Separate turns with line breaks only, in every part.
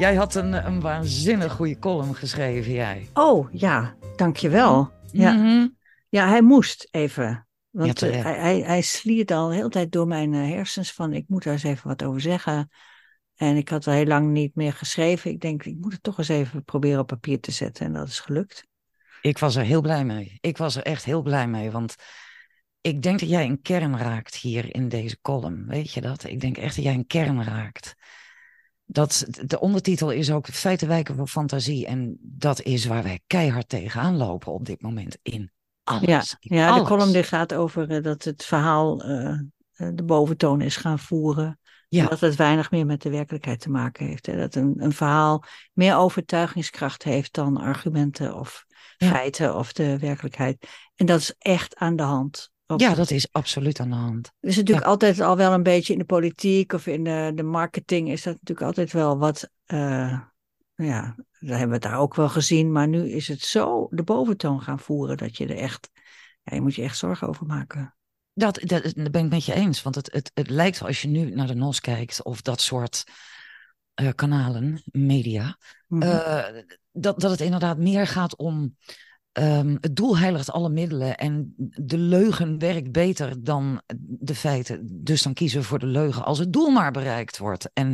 Jij had een waanzinnig goede column geschreven, jij.
Oh ja, dankjewel. Ja,
Mhm.
ja, hij moest even.
Ja,
Want
terecht.
hij sliert al de hele tijd door mijn hersens van ik moet daar eens even wat over zeggen. En ik had al heel lang niet meer geschreven. Ik denk, ik moet het toch eens even proberen op papier te zetten. En dat is gelukt.
Ik was er heel blij mee. Ik was er echt heel blij mee, want ik denk dat jij een kern raakt hier in deze column. Weet je dat? Ik denk echt dat jij een kern raakt. De ondertitel is ook Feiten wijken voor fantasie. En dat is waar wij keihard tegenaan lopen op dit moment in
Ja,
alles. In
ja, de column
alles.
die gaat over dat het verhaal de boventoon is gaan voeren. En
Ja,
dat het weinig meer met de werkelijkheid te maken heeft. Hè. Dat een verhaal meer overtuigingskracht heeft dan argumenten of
ja.
feiten of de werkelijkheid. En dat is echt aan de hand.
Ja, dat is absoluut aan de hand.
Er is natuurlijk
Ja,
altijd al wel een beetje in de politiek of in de marketing is dat natuurlijk altijd wel wat, nou ja, daar hebben we het daar ook wel gezien. Maar nu is het zo de boventoon gaan voeren dat je er echt, ja, je moet je echt zorgen over maken.
dat ben ik met je eens. Want het lijkt wel als je nu naar de NOS kijkt of dat soort kanalen, media,
Mhm.
eh, dat het inderdaad meer gaat om het doel heiligt alle middelen en de leugen werkt beter dan de feiten. Dus dan kiezen we voor de leugen als het doel maar bereikt wordt. En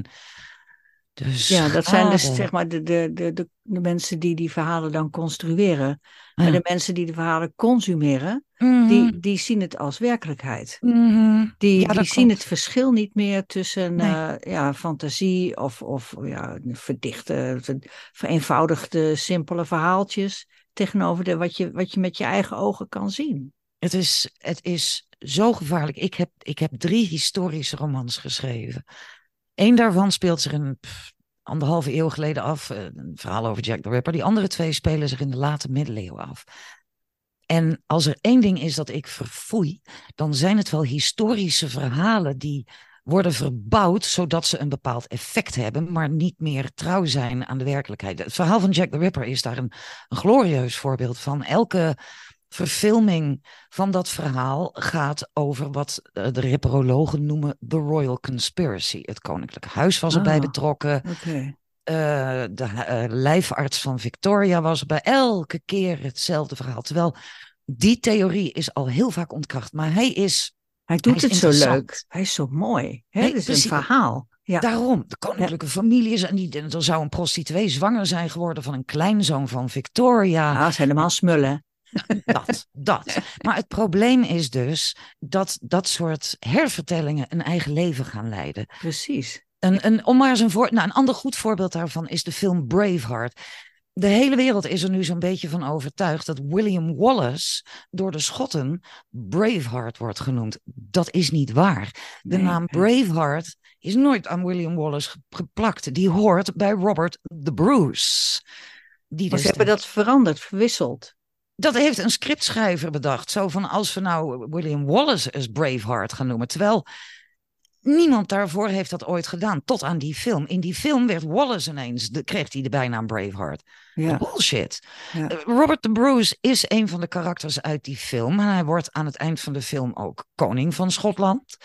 de
Ja, dat zijn dus
schade.
zeg maar de mensen die die verhalen dan construeren. Maar de
Ja.
mensen die de verhalen consumeren,
Mhm,
die zien het als werkelijkheid.
mhm. Ja,
Die
dat
zien het
klopt.
verschil niet meer tussen
Nee.
ja, fantasie of ja, verdichte, vereenvoudigde, simpele verhaaltjes tegenover wat je met je eigen ogen kan zien.
Het is zo gevaarlijk. Ik heb 3 historische romans geschreven. Eén daarvan speelt zich een anderhalve eeuw geleden af. Een verhaal over Jack the Ripper. Die andere 2 spelen zich in de late middeleeuwen af. En als er één ding is dat ik verfoei, dan zijn het wel historische verhalen die worden verbouwd zodat ze een bepaald effect hebben, maar niet meer trouw zijn aan de werkelijkheid. Het verhaal van Jack the Ripper is daar een glorieus voorbeeld van. Elke verfilming van dat verhaal gaat over wat de Ripperologen noemen The Royal Conspiracy. Het Koninklijk Huis was erbij
Ah,
betrokken.
oké.
De lijfarts van Victoria was bij elke keer hetzelfde verhaal. Terwijl die theorie is al heel vaak ontkracht. Maar
Hij
hij
doet
is
het zo leuk.
interessant.
Hij is zo mooi. Hè? Het
Nee,
is een
precies.
verhaal. Ja,
Daarom, de
ja.
koninklijke familie is... En er zou een prostituee zwanger zijn geworden van een kleinzoon van Victoria.
Ah, dat is helemaal smullen.
Dat. Maar het probleem is dus dat dat soort hervertellingen een eigen leven gaan leiden.
Precies.
Om maar eens een ander goed voorbeeld daarvan is de film Braveheart. De hele wereld is er nu zo'n beetje van overtuigd dat William Wallace door de Schotten Braveheart wordt genoemd. Dat is niet waar. De
Nee.
naam Braveheart is nooit aan William Wallace geplakt. Die hoort bij Robert the Bruce. Die
Maar ze hebben dat
destijds.
veranderd, verwisseld.
Dat heeft een scriptschrijver bedacht. Zo van als we nou William Wallace als Braveheart gaan noemen. Terwijl niemand daarvoor heeft dat ooit gedaan, tot aan die film. In die film werd Wallace ineens, kreeg hij de bijnaam Braveheart.
Ja,
Bullshit.
ja.
Robert the Bruce is een van de karakters uit die film. En hij wordt aan het eind van de film ook koning van Schotland.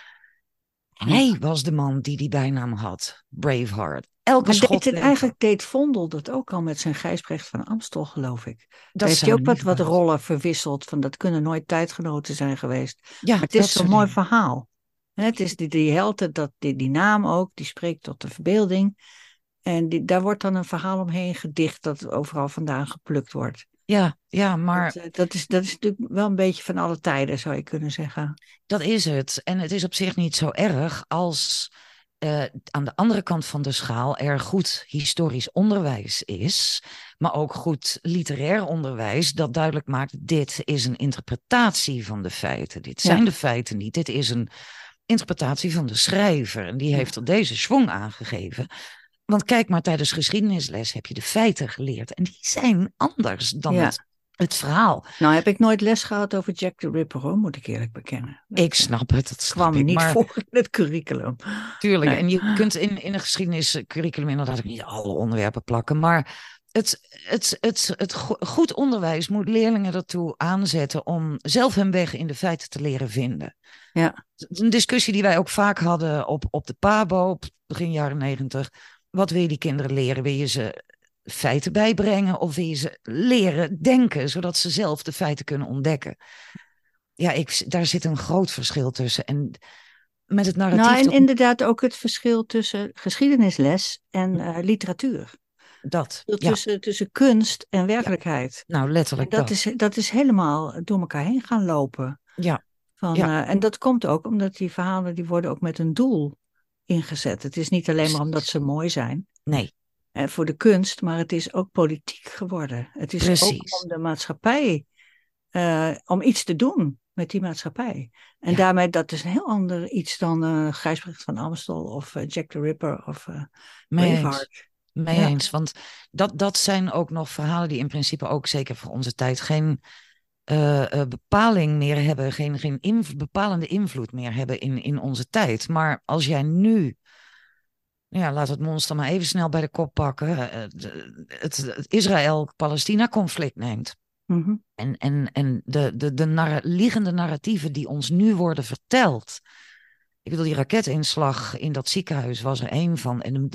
Hij
Ja.
was de man die die bijnaam had, Braveheart. Elke
Maar
Schot denkt dat.
eigenlijk deed Vondel dat ook al met zijn Gijsbrecht van Amstel, geloof ik. Daar
Dat
heeft hij
zou
ook
niet
wat
verbazen.
rollen verwisseld. Van dat kunnen nooit tijdgenoten zijn geweest. Maar
Ja,
het is
dat
zo'n
soort
mooi
dingen.
verhaal. Hè, het is die held, die naam ook, die spreekt tot de verbeelding. En daar wordt dan een verhaal omheen gedicht dat overal vandaan geplukt wordt.
Ja, ja, maar
Dat is natuurlijk wel een beetje van alle tijden, zou je kunnen zeggen.
dat is het. En het is op zich niet zo erg als aan de andere kant van de schaal er goed historisch onderwijs is, maar ook goed literair onderwijs dat duidelijk maakt, dit is een interpretatie van de feiten. Dit zijn
Ja,
de feiten niet. Dit is een interpretatie van de schrijver. En die heeft
ja,
er deze schwung aangegeven. Want kijk maar, tijdens geschiedenisles heb je de feiten geleerd. En die zijn anders dan
ja.
het verhaal.
Nou heb ik nooit les gehad over Jack the Ripper, hoor, moet ik eerlijk bekennen.
Ik snap het, dat snap
Kwam
ik.
niet
Maar
voor in het curriculum.
tuurlijk,
Nee.
en je kunt in een geschiedeniscurriculum inderdaad ook niet alle onderwerpen plakken. Maar goed onderwijs moet leerlingen ertoe aanzetten om zelf hun weg in de feiten te leren vinden.
Ja,
Een discussie die wij ook vaak hadden op de PABO, op begin jaren 90. wat wil je die kinderen leren? Wil je ze feiten bijbrengen of wil je ze leren denken, zodat ze zelf de feiten kunnen ontdekken? Ja, daar zit een groot verschil tussen. En met het
Nou,
narratief
en inderdaad ook het verschil tussen geschiedenisles en literatuur.
ja,
Tussen kunst en
ja,
werkelijkheid.
nou
En
letterlijk dat.
dat is helemaal door elkaar heen gaan lopen.
Ja, ja,
En dat komt ook omdat die verhalen die worden ook met een doel ingezet. Het is niet alleen maar omdat
precies.
ze mooi zijn
Nee,
voor de kunst, maar het is ook politiek geworden. Het is ook
precies.
om de maatschappij, om iets te doen met die maatschappij. En
Ja,
daarmee, dat is een heel ander iets dan Gijsbrecht van Amstel of Jack the Ripper of
mee eens.
Braveheart.
Mee
Ja.
eens. Want dat zijn ook nog verhalen die in principe ook zeker voor onze tijd geen bepaling meer hebben, geen bepalende invloed meer hebben in onze tijd. Maar als jij nu, ja, laat het monster maar even snel bij de kop pakken, het Israël-Palestina-conflict neemt.
Mhm.
En de liggende narratieven die ons nu worden verteld. Ik bedoel, die raketinslag in dat ziekenhuis was er één van. En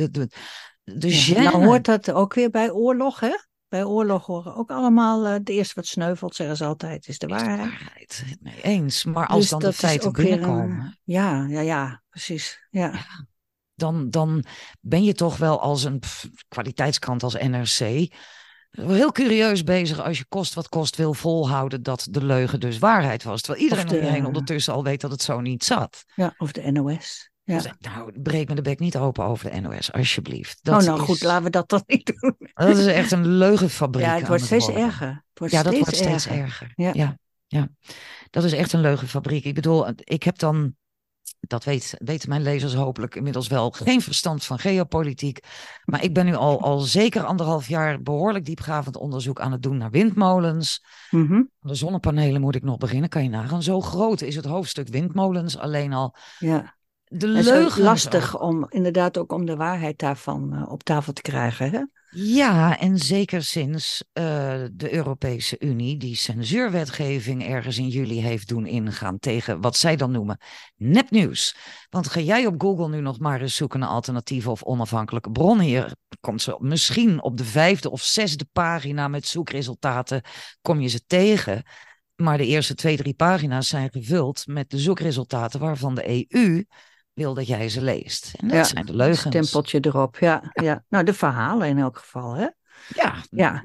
de
Ja.
gêne.
Nou hoort dat ook weer bij oorlog, hè? Bij oorlog horen ook allemaal, de eerste wat sneuvelt, zeggen ze altijd, is de
Is de
waarheid.
waarheid, het mee eens. Maar als
Dus
dan de
dat is
feiten
ook weer
binnenkomen,
ja, precies. Ja.
ja, dan ben je toch wel als een kwaliteitskrant als NRC heel curieus bezig als je kost wat kost wil volhouden dat de leugen dus waarheid was. Terwijl
Of
iedereen om je heen
de,
ondertussen al weet dat het zo niet zat.
of de NOS.
Dus,
Ja.
nou, breek me de bek niet open over de NOS, alsjeblieft.
Oh, nou goed, laten we dat dan niet doen.
Dat is echt een
Ja,
leugenfabriek
het
aan
wordt
het
steeds
worden.
erger. Het wordt
Ja, dat
steeds
wordt steeds
erger.
erger.
Ja.
Ja, ja, dat is echt een leugenfabriek. Ik bedoel, ik heb dan, dat weten mijn lezers hopelijk inmiddels wel, geen verstand van geopolitiek. Maar ik ben nu al zeker 1,5 jaar behoorlijk diepgravend onderzoek aan het doen naar windmolens.
Mhm.
De zonnepanelen moet ik nog beginnen, kan je nagaan. Zo groot is het hoofdstuk windmolens alleen al.
Ja.
De
En zo
leugens
lastig
ook.
om inderdaad ook om de waarheid daarvan op tafel te krijgen. Hè?
Ja, en zeker sinds de Europese Unie die censuurwetgeving ergens in juli heeft doen ingaan tegen wat zij dan noemen nepnieuws. Want ga jij op Google nu nog maar eens zoeken naar alternatieve of onafhankelijke bronnen, hier komt ze misschien op de 5e of 6e pagina met zoekresultaten, kom je ze tegen. Maar de eerste 2, 3 pagina's zijn gevuld met de zoekresultaten waarvan de EU wil dat jij ze leest. En dat zijn de
Een
leugens.
stempeltje erop. Ja. Nou, de verhalen in elk geval. Hè?
Ja,
Ja.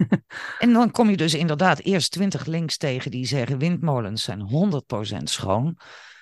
en dan kom je dus inderdaad eerst 20 links tegen die zeggen windmolens zijn 100% schoon.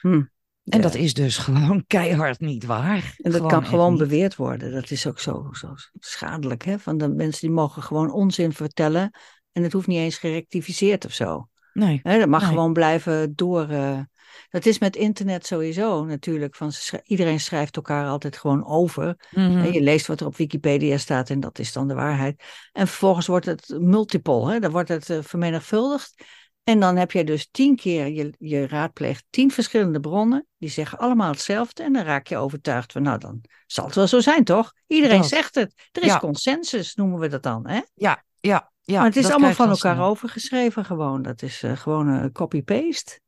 En dat is dus gewoon keihard niet waar.
En dat
Gewoon
kan gewoon
niet.
beweerd worden. Dat is ook zo schadelijk. Hè? Van de mensen die mogen gewoon onzin vertellen. En het hoeft niet eens gerectificeerd of zo.
Nee.
Hè, dat mag
Nee.
gewoon blijven door. Dat is met internet sowieso natuurlijk. Iedereen schrijft elkaar altijd gewoon over.
Mhm.
Je leest wat er op Wikipedia staat en dat is dan de waarheid. En vervolgens wordt het multiple. Hè? Dan wordt het vermenigvuldigd. En dan heb je dus 10 keer, je raadpleegt 10 verschillende bronnen. Die zeggen allemaal hetzelfde. En dan raak je overtuigd van, nou dan zal het wel zo zijn toch? Iedereen
Dat.
zegt het. Er is
Ja.
consensus, noemen we dat dan. Hè?
Ja.
Maar het is
dat
allemaal
krijg je
van
al
elkaar
snel.
overgeschreven gewoon. Dat is gewoon copy-paste.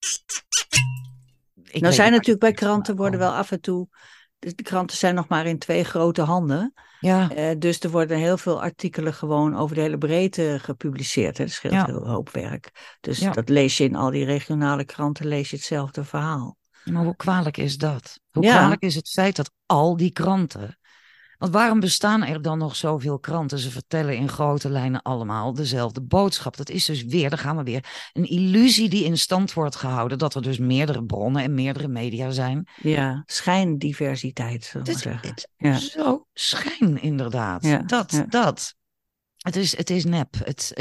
Ik
Nou
weet
zijn
niet
natuurlijk
waar
bij
die
kranten worden wel
vandaan
af en toe. De kranten zijn nog maar in 2 grote handen.
komen. Ja.
Dus er worden heel veel artikelen gewoon over de hele breedte gepubliceerd. Hè. Dat scheelt
Ja.
heel hoop werk. Dus
Ja.
dat lees je in al die regionale kranten, lees je hetzelfde verhaal.
Maar hoe kwalijk is dat? Hoe
Ja.
kwalijk is het feit dat al die kranten. Want waarom bestaan er dan nog zoveel kranten? Ze vertellen in grote lijnen allemaal dezelfde boodschap. Dat is dus weer, daar gaan we weer, een illusie die in stand wordt gehouden. Dat er dus meerdere bronnen en meerdere media zijn.
Ja, schijndiversiteit, zullen we maar zeggen.
Het
Ja.
is zo schijn, inderdaad.
Ja,
Dat.
ja.
Het is nep.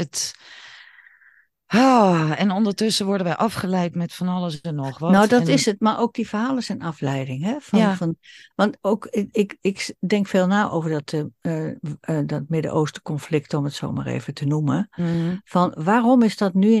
En ondertussen worden wij afgeleid met van alles en nog wat.
Nou, dat
En,
is het. Maar ook die verhalen zijn afleiding. Hè?
Ja.
Want ook, ik denk veel na over dat Midden-Oosten conflict, om het zo maar even te noemen. Van waarom is dat nu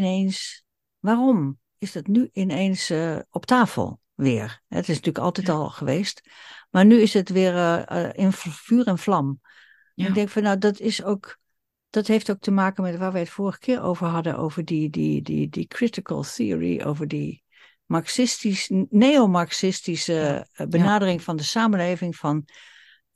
ineens op tafel weer? Het is natuurlijk altijd al geweest. Maar nu is het weer in vuur en vlam.
Ja.
En ik denk van nou, dat heeft ook te maken met waar wij het vorige keer over hadden, over die critical theory, over die neo-marxistische benadering van de samenleving van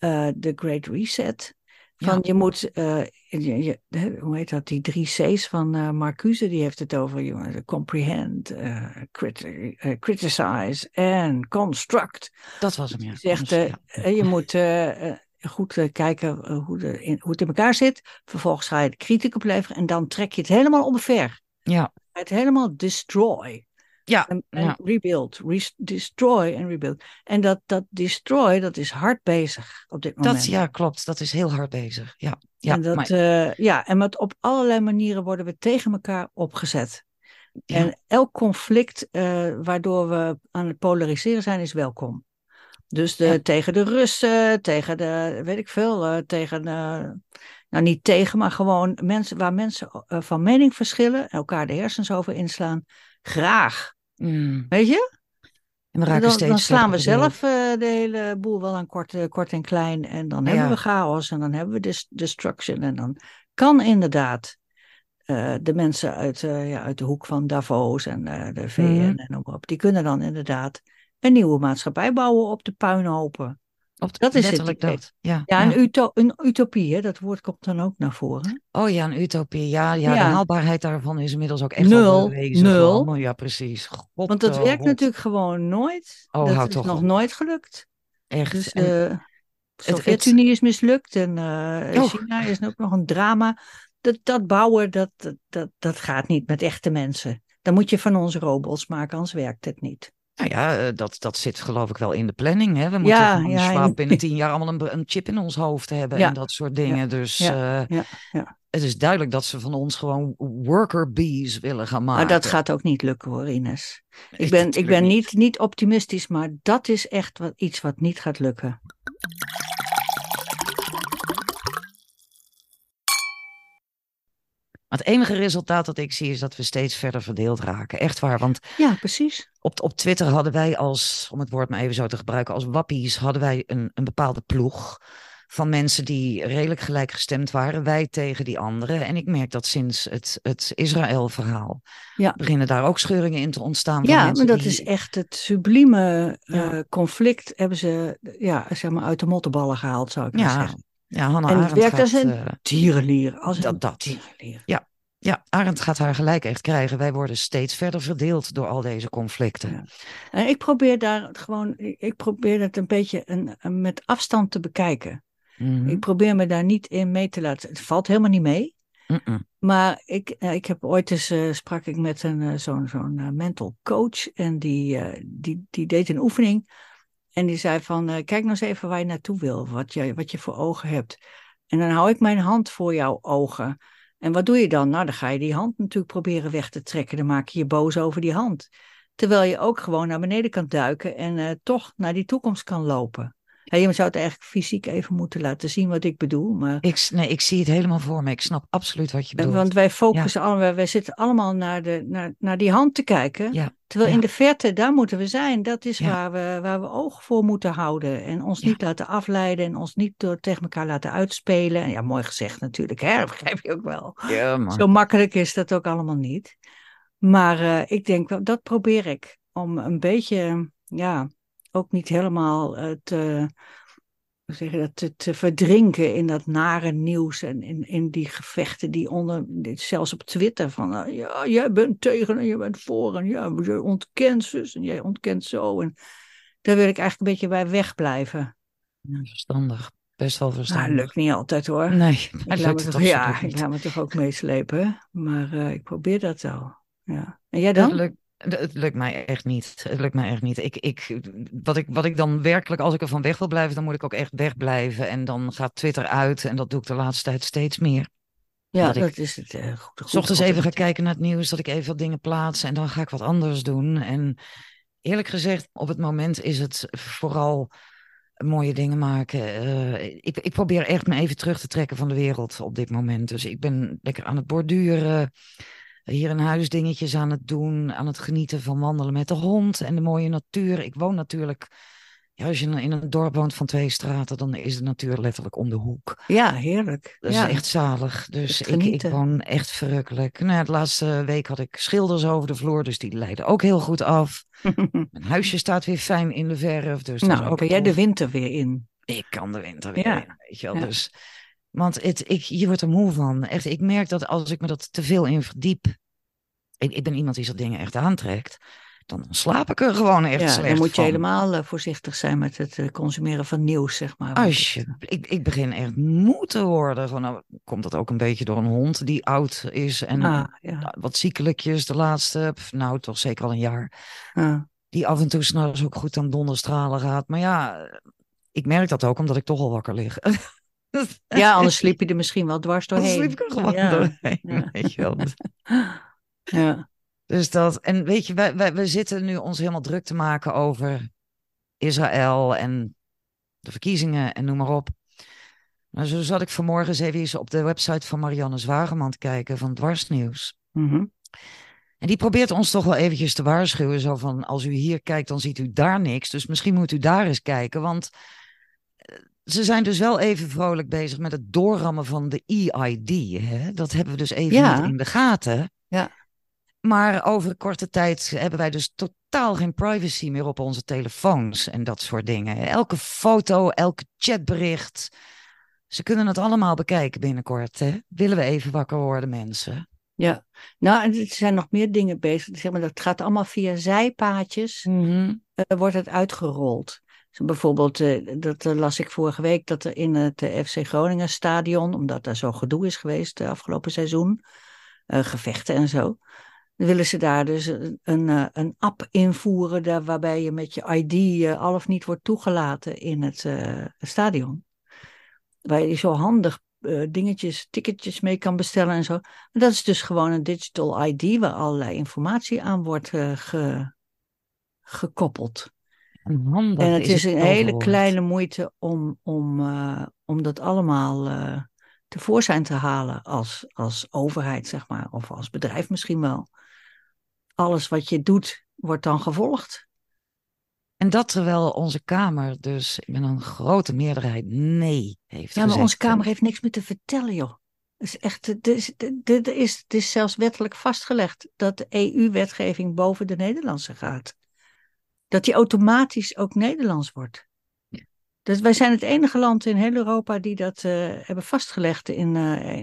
The Great Reset. Van
Ja,
je moet, hoe heet dat, die 3 C's van Marcuse, die heeft het over je moet comprehend, criticize en construct.
dat was hem,
Die
ja.
zegt,
Ja.
je moet goed kijken hoe het in elkaar zit. Vervolgens ga je de kritiek opleveren en dan trek je het helemaal omver.
Ja,
Het helemaal destroy.
ja,
En
ja.
rebuild. Destroy en rebuild. En dat destroy, dat is hard bezig op dit
Dat,
moment.
ja, klopt. Dat is heel hard bezig. Ja,
En
ja, maar
en met op allerlei manieren worden we tegen elkaar opgezet.
ja,
En elk conflict waardoor we aan het polariseren zijn, is welkom. Dus
ja.
tegen de Russen, tegen de, weet ik veel, tegen, nou niet tegen, maar gewoon mensen waar mensen van mening verschillen, elkaar de hersens over inslaan, graag.
Mm.
Weet je?
En we raken
Dan
steeds
slaan
verder
we zelf
verdeeld.
de hele boel wel aan kort en klein en dan hebben we
Ja,
chaos en dan hebben we destruction en dan kan inderdaad de mensen uit de hoek van Davos en de VN
mhm.
en noem maar op, die kunnen dan inderdaad een nieuwe maatschappij bouwen op de puinhopen. Dat is het
Letterlijk
idee.
dat. Ja,
Ja,
ja.
een utopie, hè? Dat woord komt dan ook naar voren.
Oh ja, een utopie. Ja, ja, de
Ja,
haalbaarheid daarvan is inmiddels ook echt wel
nul,
bewezen
nul.
gewoon. Oh ja, precies. God,
Want dat werkt
rot.
natuurlijk gewoon nooit.
Oh,
Dat
houd
is
toch
nog
op.
nooit gelukt.
Echt.
Dus
En
de
het,
Sovjet-Unie is mislukt en
oh,
China is ook nog een drama. Dat bouwen, dat gaat niet met echte mensen. Dan moet je van ons robots maken, anders werkt het niet.
nou ja, dat zit geloof ik wel in de planning. Hè? We moeten
Ja,
gewoon
ja,
zwaar binnen 10 jaar allemaal een chip in ons hoofd hebben en
ja,
dat soort
ja,
dingen. Dus
ja, ja, ja.
het is duidelijk dat ze van ons gewoon worker bees willen gaan
Maar dat
maken.
gaat ook niet lukken hoor, Ines. Ik
Natuurlijk
ben
niet.
niet optimistisch, maar dat is echt iets wat niet gaat lukken.
Maar het enige resultaat dat ik zie is dat we steeds verder verdeeld raken. Echt waar, want
Ja, precies.
op Twitter hadden wij als, om het woord maar even zo te gebruiken, als wappies hadden wij een bepaalde ploeg van mensen die redelijk gelijkgestemd waren. Wij tegen die anderen. En ik merk dat sinds het Israël-verhaal
Ja.
beginnen daar ook scheuringen in te ontstaan van
Ja, maar
mensen
dat is
die...
echt het sublieme
Ja,
conflict hebben ze zeg maar uit de mottenballen gehaald, zou ik maar
ja,
zeggen.
ja, Hannah
En het
Arendt
werkt als
gaat...
een tierenlier,
dat.
tierenlier.
Ja, ja, Arendt gaat haar gelijk echt krijgen. Wij worden steeds verder verdeeld door al deze conflicten.
Ja. En ik probeer het een beetje met afstand te bekijken. Ik
Mhm.
probeer me daar niet in mee te laten. Het valt helemaal niet mee.
Mm-mm.
Maar ik heb ooit eens sprak ik met zo'n mental coach en die deed een oefening en die zei van kijk nou eens even waar je naartoe wil, wat je voor ogen hebt. En dan hou ik mijn hand voor jouw ogen. En wat doe je dan? Nou, dan ga je die hand natuurlijk proberen weg te trekken. Dan maak je je boos over die hand. Terwijl je ook gewoon naar beneden kan duiken en toch naar die toekomst kan lopen. Ja, je zou het eigenlijk fysiek even moeten laten zien wat ik bedoel, maar
Nee, ik zie het helemaal voor me. Ik snap absoluut wat je
want
bedoelt.
wij
Ja,
focussen allemaal, wij zitten allemaal naar die hand te kijken.
ja,
Terwijl in
ja,
de verte, daar moeten we zijn. Dat is
ja,
waar we oog voor moeten houden. En ons
ja,
niet laten afleiden en ons niet tegen elkaar laten uitspelen. En ja, mooi gezegd natuurlijk, hè? Dat begrijp je ook wel.
ja,
Zo
maar
makkelijk is dat ook allemaal niet. Maar ik denk, dat probeer ik. Om een beetje, ja, ook niet helemaal hoe zeg je dat, te verdrinken in dat nare nieuws en in die gevechten die zelfs op Twitter van, ja, jij bent tegen en jij bent voor en ja, jij ontkent zus en jij ontkent zo. En daar wil ik eigenlijk een beetje bij wegblijven.
ja, verstandig. Best wel
Nou,
verstandig.
lukt niet altijd hoor.
Nee, mij lukt het absoluut
Ik
niet.
laat me toch ook meeslepen, maar ik probeer dat wel. Ja. En jij
Het
dan?
lukt, het lukt mij echt niet. Het lukt mij echt niet. Wat ik dan werkelijk, als ik er van weg wil blijven, dan moet ik ook echt wegblijven. En dan gaat Twitter uit. En dat doe ik de laatste tijd steeds meer.
Ja,
Dat ik
dat is het
's
goed
ochtends even ga
alternatief.
kijken naar het nieuws, dat ik even wat dingen plaats. En dan ga ik wat anders doen. En eerlijk gezegd, op het moment is het vooral mooie dingen maken. Ik probeer echt me even terug te trekken van de wereld op dit moment. Dus ik ben lekker aan het borduren. Hier in huis dingetjes aan het doen. Aan het genieten van wandelen met de hond en de mooie natuur. Ik woon natuurlijk... Ja, als je in een dorp woont van 2 straten, dan is de natuur letterlijk om de hoek.
Ja, heerlijk.
Dat is
Ja,
echt zalig. Dus
echt
ik
genieten.
woon echt verrukkelijk. Nou, ja, de laatste week had ik schilders over de vloer, dus die leiden ook heel goed af. Mijn huisje staat weer fijn in de verf, dus dat
Nou,
is
dan
ook
kan jij de
tof.
winter weer in.
Ik kan de winter weer in, weet je wel.
Ja.
Dus, want je wordt er moe van. Echt, ik merk dat als ik me dat te veel in verdiep. Ik ben iemand die zo'n dingen echt aantrekt. Dan slaap ik er gewoon echt
Ja, dan
slecht
moet je
van.
helemaal voorzichtig zijn met het consumeren van nieuws, zeg maar. Want
Ik begin echt moe te worden. Gewoon, nou, komt dat ook een beetje door een hond die oud is en
ja.
wat ziekelijkjes de laatste, nou toch zeker al een jaar.
Ah.
Die af en toe s'nachts ook goed aan donderstralen gaat. Maar ja, ik merk dat ook omdat ik toch al wakker lig.
Ja, anders sliep je er misschien wel dwars
Dan
doorheen.
sliep ik er gewoon
Ja,
doorheen,
ja.
weet je wel.
Ja.
Dus dat, en weet je, wij zitten nu ons helemaal druk te maken over Israël en de verkiezingen en noem maar op. Maar zo zat ik vanmorgen eens even op de website van Marianne Zwageman te kijken van Dwarsnieuws.
Mhm.
En die probeert ons toch wel eventjes te waarschuwen. Zo van, als u hier kijkt, dan ziet u daar niks. Dus misschien moet u daar eens kijken. Want ze zijn dus wel even vrolijk bezig met het doorrammen van de EID. Hè? Dat hebben we dus even niet in de gaten.
Ja.
Maar over een korte tijd hebben wij dus totaal geen privacy meer op onze telefoons en dat soort dingen. Elke foto, elk chatbericht. Ze kunnen het allemaal bekijken binnenkort. Hè? Willen we even wakker worden, mensen?
Ja, nou, en er zijn nog meer dingen bezig. Zeg maar, dat gaat allemaal via zijpaadjes, wordt het uitgerold. Dus bijvoorbeeld, dat las ik vorige week, dat er in het FC Groningen stadion, omdat daar zo gedoe is geweest afgelopen seizoen, gevechten en zo, dan willen ze daar dus een app invoeren daar, waarbij je met je ID al of niet wordt toegelaten in het stadion. Waar je zo handig dingetjes, ticketjes mee kan bestellen en zo. Maar dat is dus gewoon een digital ID waar allerlei informatie aan wordt gekoppeld. En het is een hele kleine moeite om dat allemaal tevoorschijn te halen als overheid, zeg maar, of als bedrijf misschien wel. Alles wat je doet, wordt dan gevolgd.
En dat terwijl onze Kamer dus met een grote meerderheid nee heeft gezegd.
Ja, maar onze Kamer heeft niks meer te vertellen, joh. Het is echt, het is zelfs wettelijk vastgelegd dat de EU-wetgeving boven de Nederlandse gaat. Dat die automatisch ook Nederlands wordt. Dus wij zijn het enige land in heel Europa die dat hebben vastgelegd in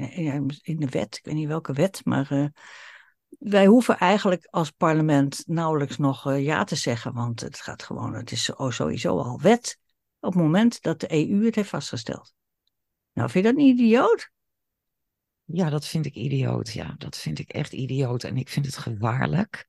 de wet. Ik weet niet welke wet, maar wij hoeven eigenlijk als parlement nauwelijks nog ja te zeggen, want het gaat gewoon, het is sowieso al wet op het moment dat de EU het heeft vastgesteld. Nou, vind je dat niet idioot?
Ja, dat vind ik idioot. Ja, dat vind ik echt idioot. En ik vind het gevaarlijk.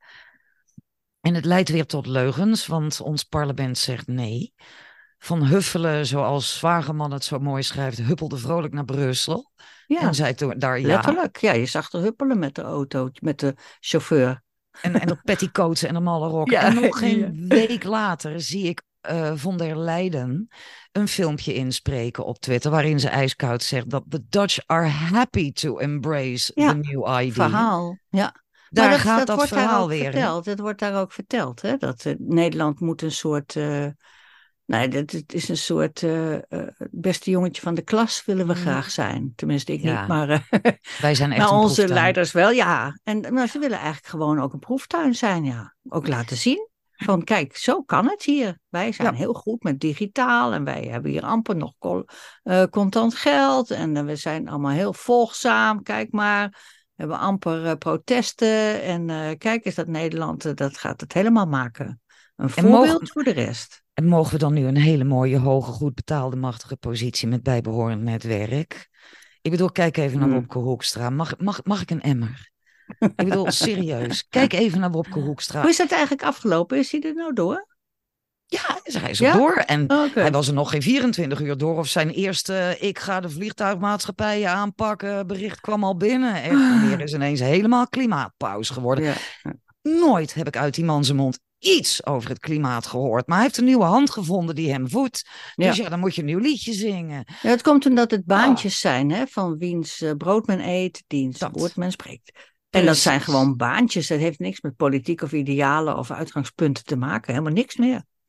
En het leidt weer tot leugens, want ons parlement zegt nee. Van huffelen, zoals Zwageman het zo mooi schrijft, huppelde vrolijk naar Brussel.
Ja,
en zei toen daar ja.
Letterlijk. Ja, je zag er huppelen met de auto, met de chauffeur.
En de petticoats en de malle rokken.
Ja,
en nog geen week later zie ik von der Leyen een filmpje inspreken op Twitter, waarin ze ijskoud zegt dat the Dutch are happy to embrace the new ID.
Verhaal, ja.
Daar
maar
gaat dat
wordt
verhaal
daar ook
weer.
Verteld. Het wordt daar ook verteld, hè? Dat Nederland moet een soort... nee, het is een soort beste jongetje van de klas willen we graag zijn. Tenminste, ik niet, maar
wij zijn echt
maar
een
onze
proeftuin.
leiders wel, ja. Maar ze willen eigenlijk gewoon ook een proeftuin zijn, ja. Ook laten zien. Van kijk, zo kan het hier. Wij zijn heel goed met digitaal en wij hebben hier amper nog contant geld. En we zijn allemaal heel volgzaam, kijk maar. We hebben amper protesten. En kijk eens dat Nederland, dat gaat het helemaal maken. Een voorbeeld voor de rest.
En mogen we dan nu een hele mooie, hoge, goed betaalde, machtige positie met bijbehorend netwerk? Ik bedoel, kijk even naar Wopke Hoekstra. Mag ik een emmer? Ik bedoel, serieus. Kijk even naar Wopke Hoekstra.
Hoe is dat eigenlijk afgelopen? Is hij er nou door?
Ja, hij is er door. En hij was er nog geen 24 uur door. Of zijn eerste, ik ga de vliegtuigmaatschappijen aanpakken, bericht kwam al binnen. Echt, wanneer is ineens helemaal klimaatpauze geworden.
Ja.
Nooit heb ik uit die man zijn mond iets over het klimaat gehoord. Maar hij heeft een nieuwe hand gevonden die hem voedt. Dus ja, dan moet je een nieuw liedje zingen.
Ja, het komt omdat het baantjes zijn, hè? Van wiens brood men eet, diens woord men spreekt. En dat zijn gewoon baantjes. Dat heeft niks met politiek of idealen of uitgangspunten te maken. Helemaal niks meer.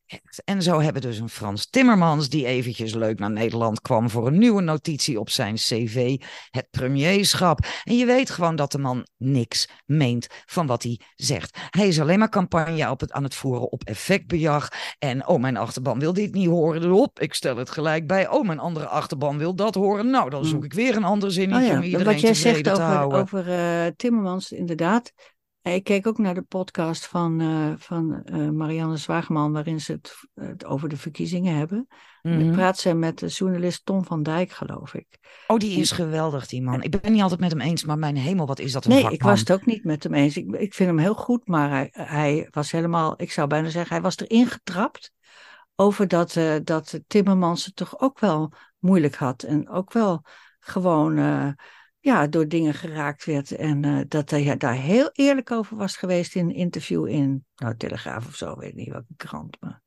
En zo hebben we dus een Frans Timmermans die eventjes leuk naar Nederland kwam voor een nieuwe notitie op zijn cv, het premierschap. En je weet gewoon dat de man niks meent van wat hij zegt. Hij is alleen maar campagne aan het voeren op effectbejag. En mijn achterban wil dit niet horen. Dus ik stel het gelijk bij. Mijn andere achterban wil dat horen. Nou, dan zoek ik weer een ander zinnetje om iedereen
wat jij
tevreden
zegt
te houden.
over Timmermans, inderdaad. Ik keek ook naar de podcast van Marianne Zwageman, waarin ze het over de verkiezingen hebben. Dan praat zij met de journalist Tom van Dijk, geloof ik.
Die is geweldig, die man. Ik ben niet altijd met hem eens, maar mijn hemel, wat is dat een vakman.
Ik was het ook niet met hem eens. Ik vind hem heel goed, maar hij was helemaal, ik zou bijna zeggen, hij was erin getrapt over dat Timmermans het toch ook wel moeilijk had. En ook wel gewoon door dingen geraakt werd. En dat hij daar heel eerlijk over was geweest in een interview in Telegraaf of zo, weet ik niet welke krant. Maar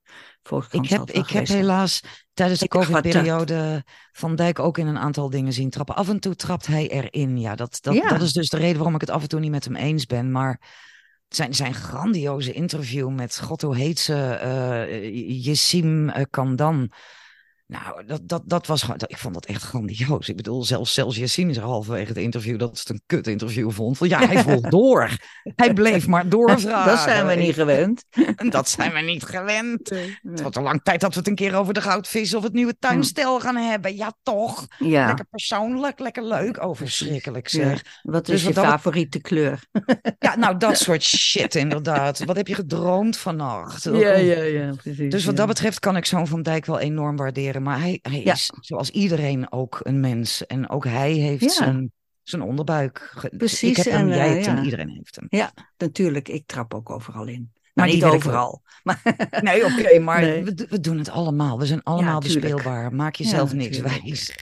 ik heb helaas tijdens de COVID-periode Van Dijk ook in een aantal dingen zien trappen. Af en toe trapt hij erin. Ja, dat is dus de reden waarom ik het af en toe niet met hem eens ben. Maar zijn grandioze interview met, god hoe heet ze, Jessim Kandan. Nou, dat was gewoon, ik vond dat echt grandioos. Ik bedoel, zelfs Jessim is er halverwege het interview dat het een kut interview vond. Want hij vroeg door. Hij bleef maar doorvragen.
Dat zijn we niet gewend.
Dat zijn we niet gewend. Nee. Het wordt al lang tijd dat we het een keer over de goudvis of het nieuwe tuinstel gaan hebben. Ja, toch? Ja. Lekker persoonlijk, lekker leuk. Verschrikkelijk zeg.
Ja. Wat is je favoriete kleur?
Ja, nou dat soort shit inderdaad. Wat heb je gedroomd vannacht?
Ja, precies.
Dus wat dat betreft kan ik zo'n Van Dijk wel enorm waarderen. Maar hij is zoals iedereen ook een mens. En ook hij heeft zijn onderbuik.
Precies.
Ik heb hem, jij hebt hem, iedereen heeft hem.
Ja, natuurlijk. Ik trap ook overal in. Maar niet overal.
Nee, oké, maar we doen het allemaal. We zijn allemaal bespeelbaar. Maak jezelf niks wijs.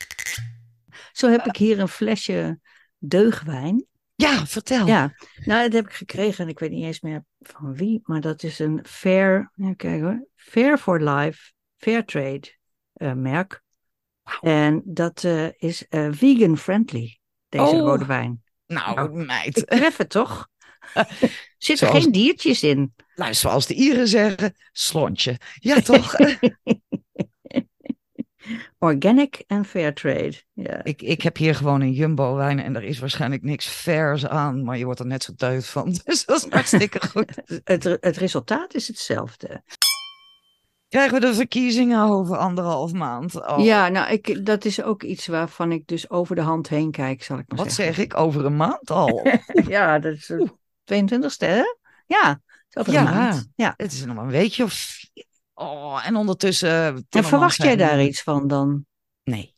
Zo heb ik hier een flesje deugwijn.
Ja, vertel.
Ja, nou dat heb ik gekregen en ik weet niet eens meer van wie. Maar dat is een Fair for Life Fairtrade merk. Wow. En dat is vegan friendly, deze rode wijn.
Nou, meid.
Ik tref het toch? Zitten geen diertjes in.
Nou, zoals de Ieren zeggen, slontje. Ja, toch?
Organic en fairtrade. Ja.
Ik heb hier gewoon een Jumbo wijn en er is waarschijnlijk niks fairs aan, maar je wordt er net zo teut van. Dus dat is hartstikke goed.
Het resultaat is hetzelfde.
Krijgen we de verkiezingen over 1,5 maand?
Ja, nou, dat is ook iets waarvan ik dus over de hand heen kijk, zal ik maar zeggen.
Wat zeg ik? Over een maand al?
Ja, dat is de 22e, hè? Ja, over een maand. Ja,
het is nog maar een weekje of 4. En ondertussen...
En verwacht jij daar iets van dan?
Nee.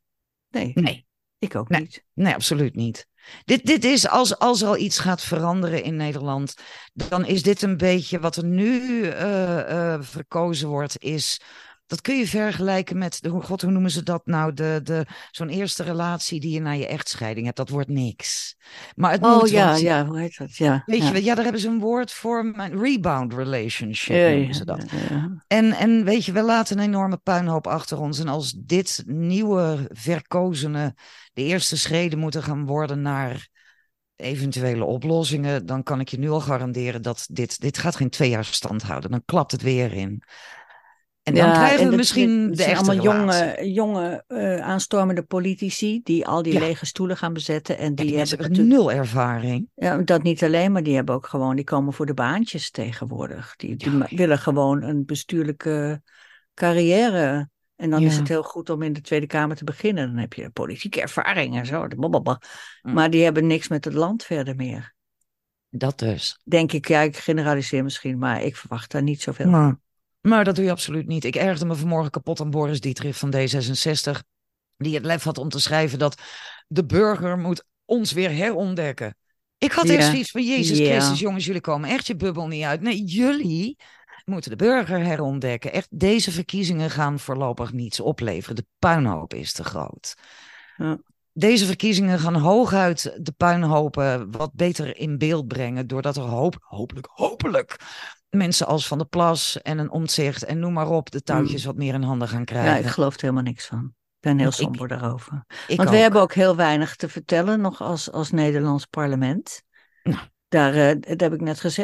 Ik ook niet.
Nee, absoluut niet. Dit is, als er al iets gaat veranderen in Nederland, dan is dit een beetje wat er nu verkozen wordt, dat kun je vergelijken met, hoe noemen ze dat nou, zo'n eerste relatie die je na je echtscheiding hebt, dat wordt niks. Maar het moet
ja, hoe heet dat? Ja,
weet je, daar hebben ze een woord voor, rebound relationship noemen ze dat. Ja. En weet je, we laten een enorme puinhoop achter ons en als dit nieuwe verkozenen de eerste schreden moeten gaan worden naar eventuele oplossingen, dan kan ik je nu al garanderen dat dit gaat geen 2 jaar stand houden. Dan klapt het weer in. En dan krijgen we misschien de echte
allemaal jonge aanstormende politici die al die lege stoelen gaan bezetten. En die hebben
0 ervaring.
Ja, dat niet alleen, maar die hebben ook gewoon, die komen voor de baantjes tegenwoordig. Die willen gewoon een bestuurlijke carrière. En dan is het heel goed om in de Tweede Kamer te beginnen. Dan heb je politieke ervaring en zo. Maar die hebben niks met het land verder meer.
Dat dus.
Denk ik, ik generaliseer misschien, maar ik verwacht daar niet zoveel van.
Maar dat doe je absoluut niet. Ik ergerde me vanmorgen kapot aan Boris Dietrich van D66. Die het lef had om te schrijven dat de burger moet ons weer herontdekken. Ik had echt zoiets van, Jezus Christus, jongens, jullie komen echt je bubbel niet uit. Nee, jullie moeten de burger herontdekken. Echt, deze verkiezingen gaan voorlopig niets opleveren. De puinhoop is te groot. Ja. Deze verkiezingen gaan hooguit de puinhopen wat beter in beeld brengen. Doordat er hopelijk mensen als Van der Plas en een Omtzigt en noem maar op de touwtjes wat meer in handen gaan krijgen.
Ja, ik geloof er helemaal niks van. Ik ben heel somber daarover. Want we hebben ook heel weinig te vertellen nog als Nederlands parlement. Nou. Dat heb ik net gezegd.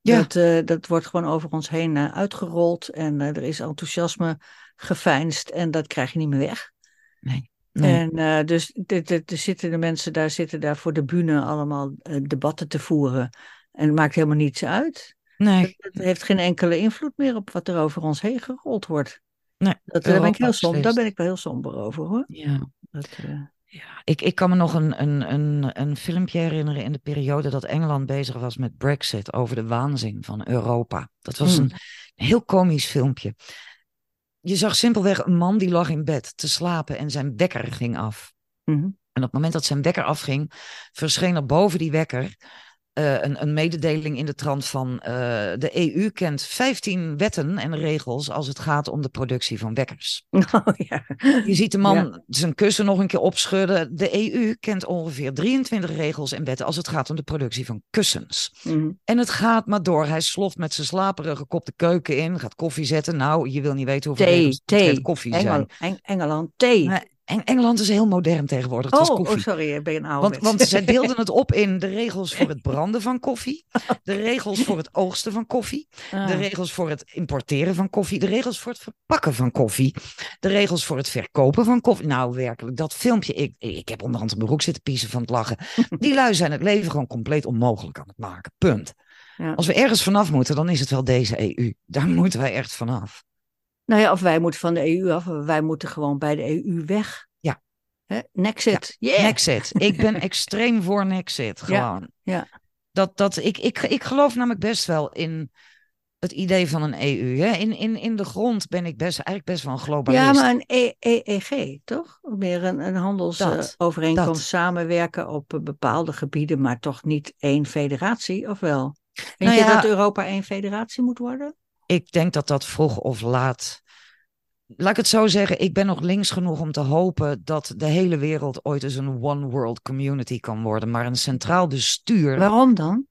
Ja,
Dat wordt gewoon over ons heen uitgerold en er is enthousiasme geveinsd en dat krijg je niet meer weg.
nee, nee.
En dus er zitten de mensen zitten daar voor de bühne allemaal debatten te voeren. En het maakt helemaal niets uit.
Nee,
Het heeft geen enkele invloed meer op wat er over ons heen gerold wordt.
nee.
Daar ben ik
Europa
daar ben
beslist.
ik wel heel somber over hoor.
Ja.
Dat,
Ja, ik kan me nog een filmpje herinneren in de periode dat Engeland bezig was met Brexit over de waanzin van Europa. Dat was een
mm,
heel komisch filmpje. Je zag simpelweg een man die lag in bed te slapen en zijn wekker ging af.
mm.
En op het moment dat zijn wekker afging, verscheen er boven die wekker een mededeling in de trant van de EU kent 15 wetten en regels als het gaat om de productie van wekkers.
Oh ja.
Je ziet de
Ja.
man zijn kussen nog een keer opschudden. De EU kent ongeveer 23 regels en wetten als het gaat om de productie van kussens.
Mm.
En het gaat maar door. Hij sloft met zijn slaperige kop de keuken in, gaat koffie zetten. Nou, je wil niet weten hoeveel regels het koffie zijn.
Engeland, thee.
Maar Engeland is heel modern tegenwoordig. Het was
Oh,
koffie.
sorry, ik ben een
Want,
ouderwets.
want zij deelden het op in de regels voor het branden van koffie, de regels voor het oogsten van koffie, de regels voor het importeren van koffie, de regels voor het verpakken van koffie, de regels voor het verkopen van koffie. Nou, werkelijk, dat filmpje, ik heb onderhand op mijn broek zitten piezen van het lachen. Die lui zijn het leven gewoon compleet onmogelijk aan het maken. Punt.
Ja.
Als we ergens vanaf moeten, dan is het wel deze EU. Daar moeten wij echt vanaf.
Nou ja, of wij moeten van de EU af, of wij moeten gewoon bij de EU weg.
Ja.
Nexit.
Ja.
Yeah.
Nexit. Ik ben extreem voor Nexit. Gewoon.
Ja.
Ik geloof namelijk best wel in het idee van een EU. Hè? In de grond ben ik eigenlijk best wel een globalist.
Ja, maar een EEG, toch? Meer een handelsovereenkomst, samenwerken op bepaalde gebieden, maar toch niet één federatie, of wel? Vind je dat Europa één federatie moet worden?
Ik denk dat dat vroeg of laat. Laat ik het zo zeggen, ik ben nog links genoeg om te hopen dat de hele wereld ooit eens een one world community kan worden. Maar een centraal bestuur.
Waarom dan?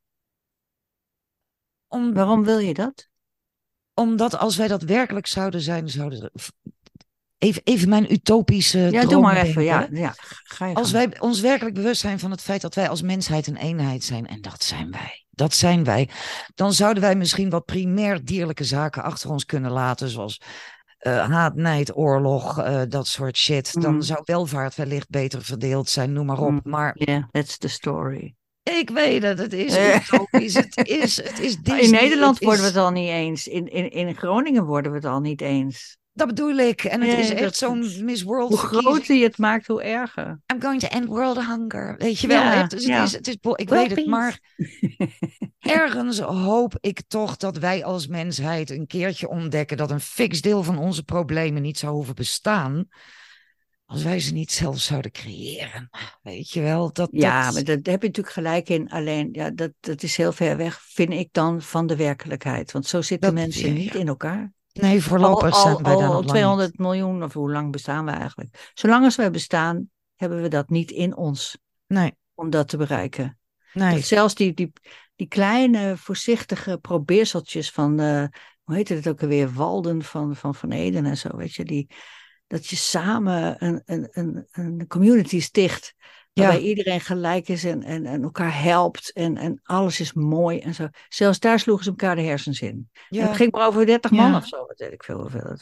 Waarom wil je dat?
Omdat als wij dat werkelijk zouden zijn, even mijn utopische droom
doe maar
denken.
even. Ja, ga je
als wij ons werkelijk bewust zijn van het feit dat wij als mensheid een eenheid zijn, en dat zijn wij, dan zouden wij misschien wat primair dierlijke zaken achter ons kunnen laten, zoals haat, nijd, oorlog, dat soort shit. Dan zou welvaart wellicht beter verdeeld zijn, noem maar op. Maar
that's the story.
Ik weet het is utopisch. Het is Disney.
In Nederland worden we het al niet eens. In Groningen worden we het al niet eens.
Dat bedoel ik. En het is echt zo'n Miss World
Hoe groter je het maakt, hoe erger.
I'm going to end world hunger. Weet je wel.
Ja,
Dus
ja.
ik weet het, maar ergens hoop ik toch dat wij als mensheid een keertje ontdekken dat een fix deel van onze problemen niet zou hoeven bestaan als wij ze niet zelf zouden creëren. Weet je wel.
Maar daar heb je natuurlijk gelijk in. Alleen, ja, dat is heel ver weg, vind ik dan, van de werkelijkheid. Want zo zitten mensen niet in elkaar.
Nee, voorlopig zijn wij daar nog lang
200 miljoen, of hoe lang bestaan we eigenlijk? Zolang als wij bestaan, hebben we dat niet in ons.
Nee.
Om dat te bereiken.
Nee.
Dat zelfs die kleine, voorzichtige probeerseltjes van, hoe heette het ook alweer, Walden van Eden en zo, weet je, dat je samen een community sticht. Waarbij iedereen gelijk is en elkaar helpt en alles is mooi en zo. Zelfs daar sloegen ze elkaar de hersens in. Ja. Het ging maar over 30 man of zo, wat weet ik veel hoeveel.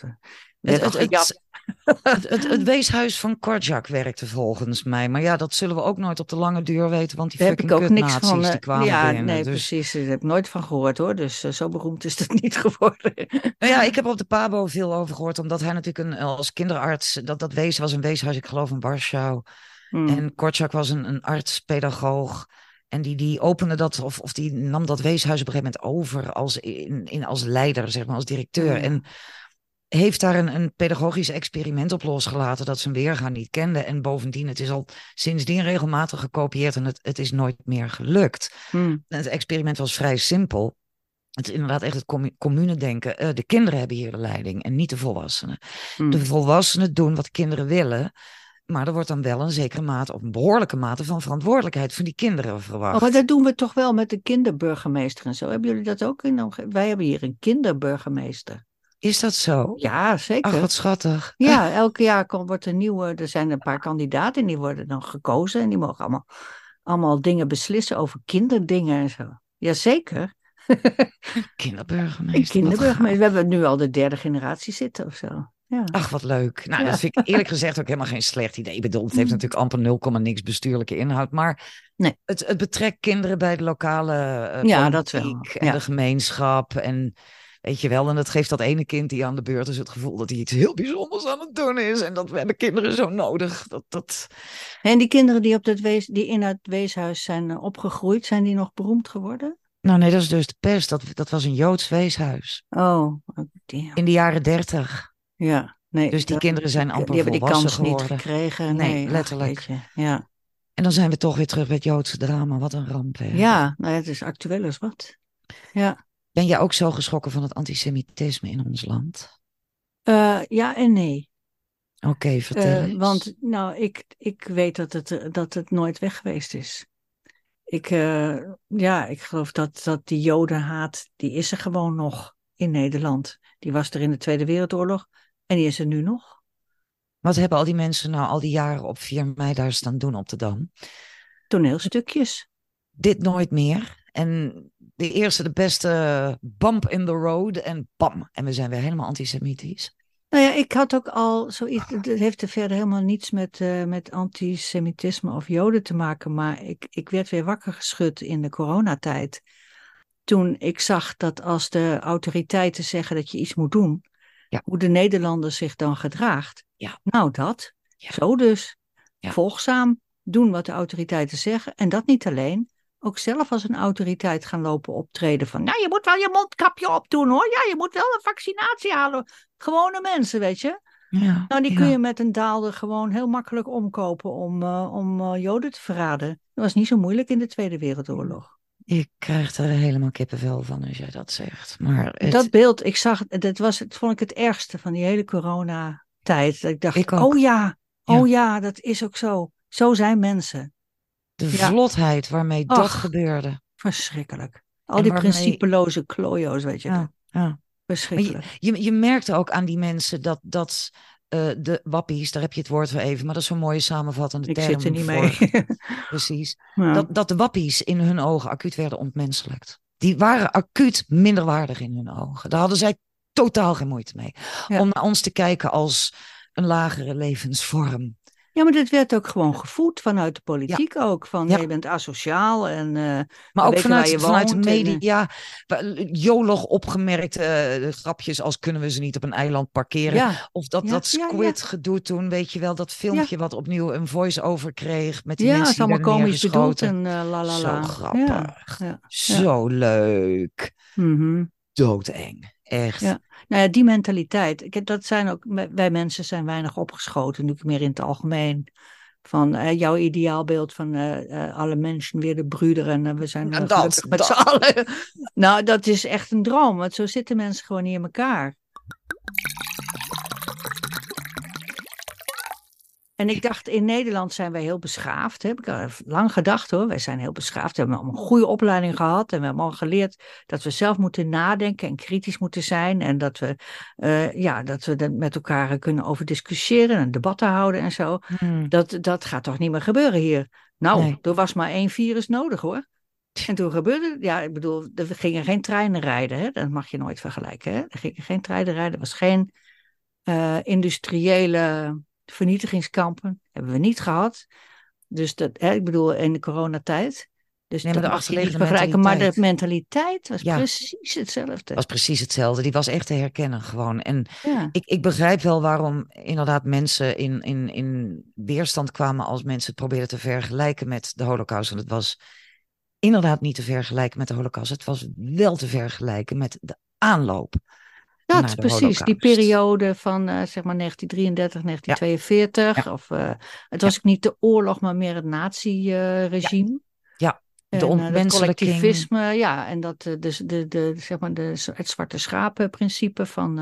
Het weeshuis van Korczak werkte volgens mij. Maar ja, dat zullen we ook nooit op de lange duur weten. Want die fucking kutnazi's die kwamen binnen.
Nee, dus precies. Daar heb ik nooit van gehoord hoor. Dus zo beroemd is het niet geworden.
Nou ja, ik heb op de Pabo veel over gehoord. Omdat hij natuurlijk als kinderarts... Dat was een weeshuis, ik geloof in Warschau. En Korczak was een arts-pedagoog. En die opende dat, of die nam dat weeshuis op een gegeven moment over als leider, zeg maar, als directeur. Ja. En heeft daar een pedagogisch experiment op losgelaten dat zijn weerga niet kende. En bovendien, het is al sindsdien regelmatig gekopieerd en het is nooit meer gelukt. Het experiment was vrij simpel. Het is inderdaad echt het commune denken. De kinderen hebben hier de leiding en niet de volwassenen. De volwassenen doen wat kinderen willen. Maar er wordt dan wel een zekere mate, of een behoorlijke mate van verantwoordelijkheid van die kinderen verwacht.
Oh, maar dat doen we toch wel met de kinderburgemeester en zo. Hebben jullie dat ook? Wij hebben hier een kinderburgemeester.
Is dat zo?
Ja, zeker.
Ach, wat schattig.
Ja, elke jaar wordt er nieuwe, er zijn een paar kandidaten en die worden dan gekozen. En die mogen allemaal dingen beslissen over kinderdingen en zo. Jazeker.
Kinderburgemeester, wat
Kinderburgemeester.
gaaf.
We hebben nu al de derde generatie zitten of zo. Ja.
Ach, wat leuk. Nou,
Ja.
dat vind ik eerlijk gezegd ook helemaal geen slecht idee. Ik bedoel, het heeft natuurlijk amper 0, niks bestuurlijke inhoud. Maar
Nee.
het betrekt kinderen bij de lokale
Ja, dat
politiek
wel.
en
Ja.
de gemeenschap. En weet je wel, en dat geeft dat ene kind die aan de beurt is het gevoel dat hij iets heel bijzonders aan het doen is. En dat hebben kinderen zo nodig.
En die kinderen die in het weeshuis zijn opgegroeid, zijn die nog beroemd geworden?
Nou nee, dat is dus de pest. Dat was een Joods weeshuis.
Oh, damn.
In de jaren 30.
Ja, nee,
Dus die kinderen zijn
die
amper
hebben die
volwassen
kans niet
geworden.
gekregen.
Nee,
Nee, ach,
letterlijk.
jeetje. Ja.
En dan zijn we toch weer terug bij het Joodse drama. Wat een ramp, hè?
Ja, nou, het is actueel als wat. Ja.
Ben jij ook zo geschrokken van het antisemitisme in ons land?
Ja en nee.
Oké, vertel eens.
Want nou, ik weet dat het nooit weg geweest is. Ik geloof dat die jodenhaat, die is er gewoon nog in Nederland. Die was er in de Tweede Wereldoorlog en die is er nu nog.
Wat hebben al die mensen nou al die jaren op 4 mei daar staan doen op de Dam?
Toneelstukjes.
Dit nooit meer. En de eerste, de beste bump in the road en bam. En we zijn weer helemaal antisemitisch.
Nou ja, ik had ook al zoiets, het heeft er verder helemaal niets met antisemitisme of joden te maken, maar ik werd weer wakker geschud in de coronatijd. Toen ik zag dat als de autoriteiten zeggen dat je iets moet doen,
Ja.
hoe de Nederlander zich dan gedraagt.
Ja.
Nou dat,
Ja.
zo dus.
Ja.
Volgzaam doen wat de autoriteiten zeggen en dat niet alleen. Ook zelf als een autoriteit gaan lopen optreden van, nou je moet wel je mondkapje opdoen hoor, ja je moet wel een vaccinatie halen. Gewone mensen, weet je.
Ja,
Nou, die
ja.
kun je met een daalder gewoon heel makkelijk omkopen om Joden te verraden. Dat was niet zo moeilijk in de Tweede Wereldoorlog.
Ik krijg er helemaal kippenvel van als jij dat zegt. Maar
Dat beeld, dat vond ik het ergste van die hele coronatijd. Dat ik dacht,
Ik ook.
oh ja, dat is ook zo. Zo zijn mensen.
de
Ja.
vlotheid waarmee dat
Ach.
gebeurde.
Verschrikkelijk. Al
En
die
waarmee-
principeloze klojo's, weet je.
Ja, ja. Maar
Verschrikkelijk.
je merkte ook aan die mensen dat de wappies, daar heb je het woord voor even, maar dat is zo'n mooie samenvattende
Ik
term
zit er niet
voor.
mee.
Precies.
Ja.
Dat de wappies in hun ogen acuut werden ontmenselijkt. Die waren acuut minderwaardig in hun ogen. Daar hadden zij totaal geen moeite mee.
Ja.
Om naar ons te kijken als een lagere levensvorm.
Ja, maar dit werd ook gewoon gevoed vanuit de politiek ook. Van,
Ja.
je bent asociaal en
Maar
we
ook
weten waar je
vanuit de
woont en,
media, jolig opgemerkte grapjes als kunnen we ze niet op een eiland parkeren.
ja,
Of dat
Ja, ja,
Squid gedoe toen, weet je wel, dat filmpje wat opnieuw een voice-over kreeg met die
ja, het
mensen
is
die
allemaal
werden
komisch bedoeld
neergeschoten.
en la la
Zo
la.
grappig.
Ja.
Zo leuk.
Mhm.
Doodeng. Echt.
Ja. Nou ja, die mentaliteit. Dat zijn ook, wij mensen zijn weinig opgeschoten, nu meer in het algemeen. Van jouw ideaalbeeld van alle mensen weer de broeder en we zijn
En
gelukkig met z'n allen. Nou, dat is echt een droom, want zo zitten mensen gewoon niet in elkaar. En ik dacht, in Nederland zijn wij heel beschaafd. Heb ik al lang gedacht hoor. Wij zijn heel beschaafd. We hebben allemaal een goede opleiding gehad. En we hebben al geleerd dat we zelf moeten nadenken en kritisch moeten zijn. En dat we, dat we er met elkaar kunnen over discussiëren en debatten houden en zo. Dat gaat toch niet meer gebeuren hier. Nou,
Nee.
er was maar 1 virus nodig hoor. En toen gebeurde het, ja, ik bedoel, er gingen geen treinen rijden. Hè? Dat mag je nooit vergelijken. Hè? Er gingen geen treinen rijden. Er was geen industriële vernietigingskampen hebben we niet gehad. Dus ik bedoel, in de coronatijd. Dus
Nee,
dat
maar de
mag je niet
achterliggende
vergelijken. Maar de
mentaliteit.
mentaliteit was
Ja.
precies hetzelfde.
Was precies hetzelfde. Die was echt te herkennen gewoon. En
Ja.
ik begrijp wel waarom inderdaad mensen in weerstand kwamen als mensen het probeerden te vergelijken met de Holocaust. Want het was inderdaad niet te vergelijken met de Holocaust. Het was wel te vergelijken met de aanloop.
Dat
naar
is
de
precies, die
Holocaust.
periode van zeg maar 1933, 1942.
Ja.
Of, het was ook niet de oorlog, maar meer het nazi-regime.
Ja, de
En dat
ontmenselijking.
collectivisme, ja, en dat zeg maar het zwarte schapenprincipe van.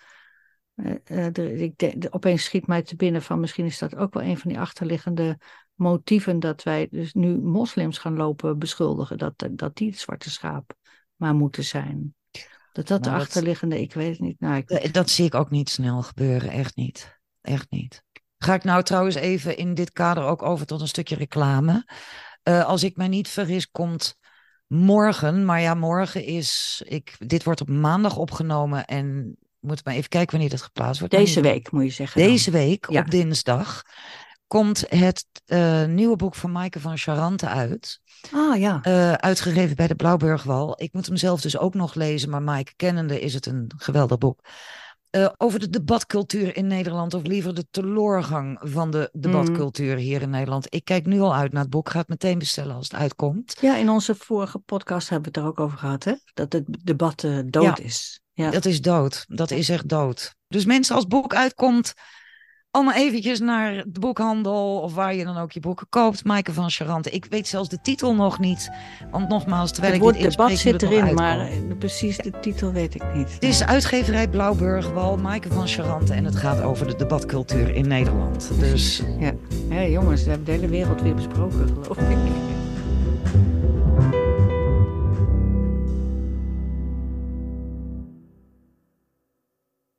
Opeens schiet mij te binnen van misschien is dat ook wel een van die achterliggende motieven dat wij dus nu moslims gaan lopen beschuldigen dat die het zwarte schaap maar moeten zijn. Dat de
Nou,
achterliggende, ik weet het niet. Nou,
Dat zie ik ook niet snel gebeuren, echt niet. Echt niet. Ga ik nou trouwens even in dit kader ook over tot een stukje reclame. Als ik mij niet vergis, komt morgen. Maar ja, morgen is... Dit wordt op maandag opgenomen en moet maar even kijken wanneer dat geplaatst wordt.
Deze week moet je zeggen dan.
Deze week,
Ja.
op dinsdag, komt het nieuwe boek van Maaike van Charante uit.
Ah ja.
Uitgegeven bij de Blauwburgwal. Ik moet hem zelf dus ook nog lezen, maar Maaike kennende is het een geweldig boek. Over de debatcultuur in Nederland, of liever de teloorgang van de debatcultuur hier in Nederland. Ik kijk nu al uit naar het boek, ga het meteen bestellen als het uitkomt.
Ja, in onze vorige podcast hebben we het er ook over gehad, hè? Dat het debat dood is. Ja.
Dat is dood. Dat is echt dood. Dus mensen, als het boek uitkomt, allemaal eventjes naar de boekhandel of waar je dan ook je boeken koopt. Maaike van Charante. Ik weet zelfs de titel nog niet. Want nogmaals, terwijl
het
ik
woord
dit
debat
inspreek,
zit
moet het
erin,
nog
maar
uitkomen.
precies de titel weet ik niet.
Het is uitgeverij Blauwburgwal, Maaike van Charante. En het gaat over de debatcultuur in Nederland. Dus
ja, jongens, we hebben de hele wereld weer besproken, geloof ik.